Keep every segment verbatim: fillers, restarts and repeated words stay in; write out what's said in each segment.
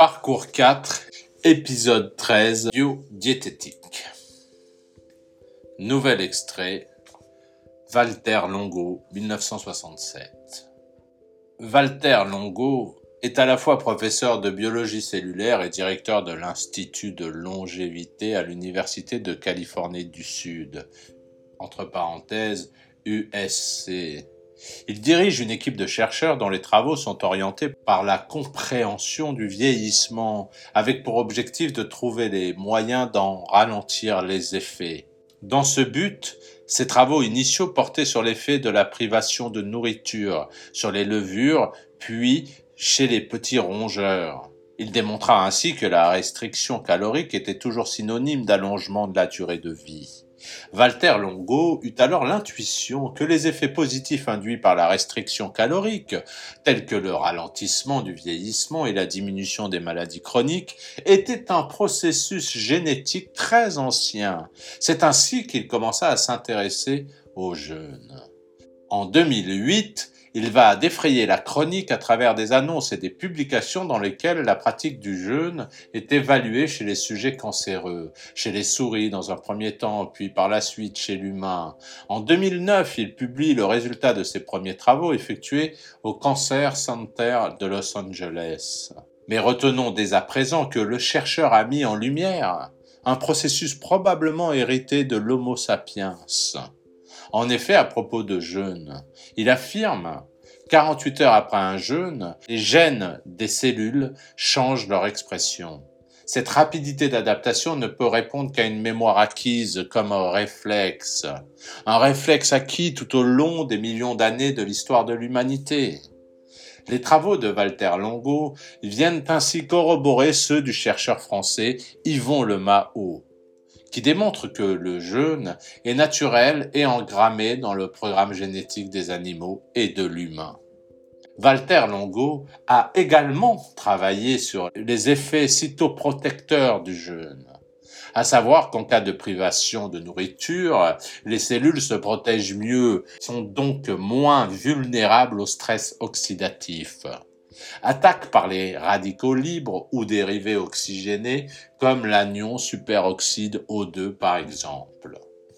Parcours quatre, épisode treize, biodiététique. Nouvel extrait, Walter Longo, dix-neuf cent soixante-sept. Walter Longo est à la fois professeur de biologie cellulaire et directeur de l'Institut de longévité à l'Université de Californie du Sud, entre parenthèses U S C. Il dirige une équipe de chercheurs dont les travaux sont orientés par la compréhension du vieillissement, avec pour objectif de trouver les moyens d'en ralentir les effets. Dans ce but, ses travaux initiaux portaient sur l'effet de la privation de nourriture, sur les levures, puis chez les petits rongeurs. Il démontra ainsi que la restriction calorique était toujours synonyme d'allongement de la durée de vie. Walter Longo eut alors l'intuition que les effets positifs induits par la restriction calorique, tels que le ralentissement du vieillissement et la diminution des maladies chroniques, étaient un processus génétique très ancien. C'est ainsi qu'il commença à s'intéresser aux jeûnes. En deux mille huit, il va défrayer la chronique à travers des annonces et des publications dans lesquelles la pratique du jeûne est évaluée chez les sujets cancéreux, chez les souris dans un premier temps, puis par la suite chez l'humain. En deux mille neuf, il publie le résultat de ses premiers travaux effectués au Cancer Center de Los Angeles. Mais retenons dès à présent que le chercheur a mis en lumière un processus probablement hérité de l'Homo sapiens. En effet, à propos de jeûne, il affirme « quarante-huit heures après un jeûne, les gènes des cellules changent leur expression. Cette rapidité d'adaptation ne peut répondre qu'à une mémoire acquise comme un réflexe. Un réflexe acquis tout au long des millions d'années de l'histoire de l'humanité. » Les travaux de Walter Longo viennent ainsi corroborer ceux du chercheur français Yvon Lemahot, qui démontre que le jeûne est naturel et engrammé dans le programme génétique des animaux et de l'humain. Walter Longo a également travaillé sur les effets cytoprotecteurs du jeûne, à savoir qu'en cas de privation de nourriture, les cellules se protègent mieux, sont donc moins vulnérables au stress oxydatif. Attaque par les radicaux libres ou dérivés oxygénés comme l'anion superoxyde O deux par exemple.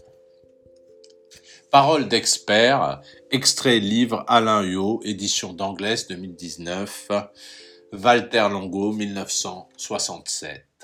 Parole d'expert, extrait livre Alain Huot, édition d'Anglaise deux mille dix-neuf, Walter Longo, dix-neuf cent soixante-sept.